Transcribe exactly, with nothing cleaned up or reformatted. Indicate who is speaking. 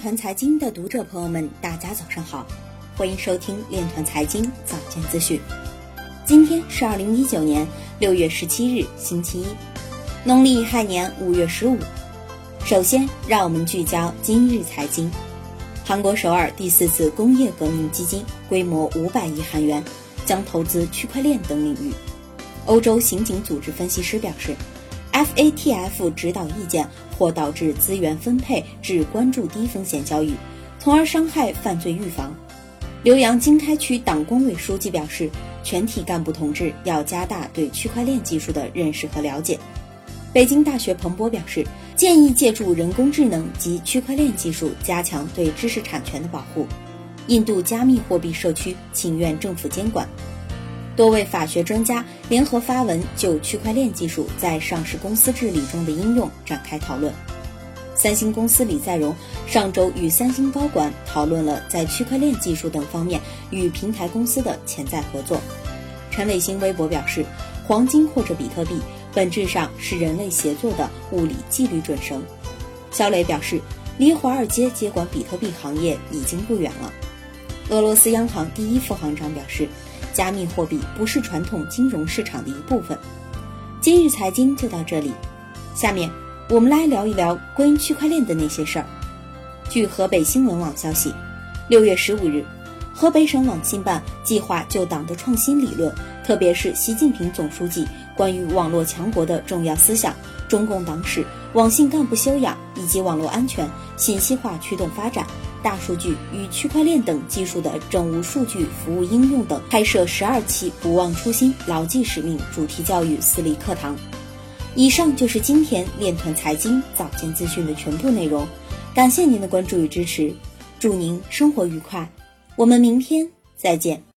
Speaker 1: 团财经的读者朋友们，大家早上好，欢迎收听链团财经早间资讯。今天是二零一九年六月十七日，星期一，农历亥年五月十五。首先，让我们聚焦今日财经。韩国首尔第四次工业革命基金规模五百亿韩元，将投资区块链等领域。欧洲刑警组织分析师表示 ，F A T F 指导意见或导致资源分配至关注低风险交易，从而伤害犯罪预防。浏阳经开区党工委书记表示，全体干部同志要加大对区块链技术的认识和了解。北京大学彭博表示，建议借助人工智能及区块链技术加强对知识产权的保护。印度加密货币社区请愿政府监管。多位法学专家联合发文就区块链技术在上市公司治理中的应用展开讨论。三星公司李在镕上周与三星高管讨论了在区块链技术等方面与平台公司的潜在合作。陈伟星微博表示，黄金或者比特币本质上是人类协作的物理纪律准绳。肖磊表示，离华尔街接管比特币行业已经不远了。俄罗斯央行第一副行长表示，加密货币不是传统金融市场的一部分。今日财经就到这里，下面我们来聊一聊关于区块链的那些事儿。据河北新闻网消息，六月十五日，河北省网信办计划就党的创新理论，特别是习近平总书记关于网络强国的重要思想、中共党史、网信干部修养以及网络安全、信息化驱动发展、大数据与区块链等技术的政务数据服务应用等，开设十二期不忘初心、牢记使命主题教育私立课堂。以上就是今天链团财经早间资讯的全部内容，感谢您的关注与支持，祝您生活愉快，我们明天再见。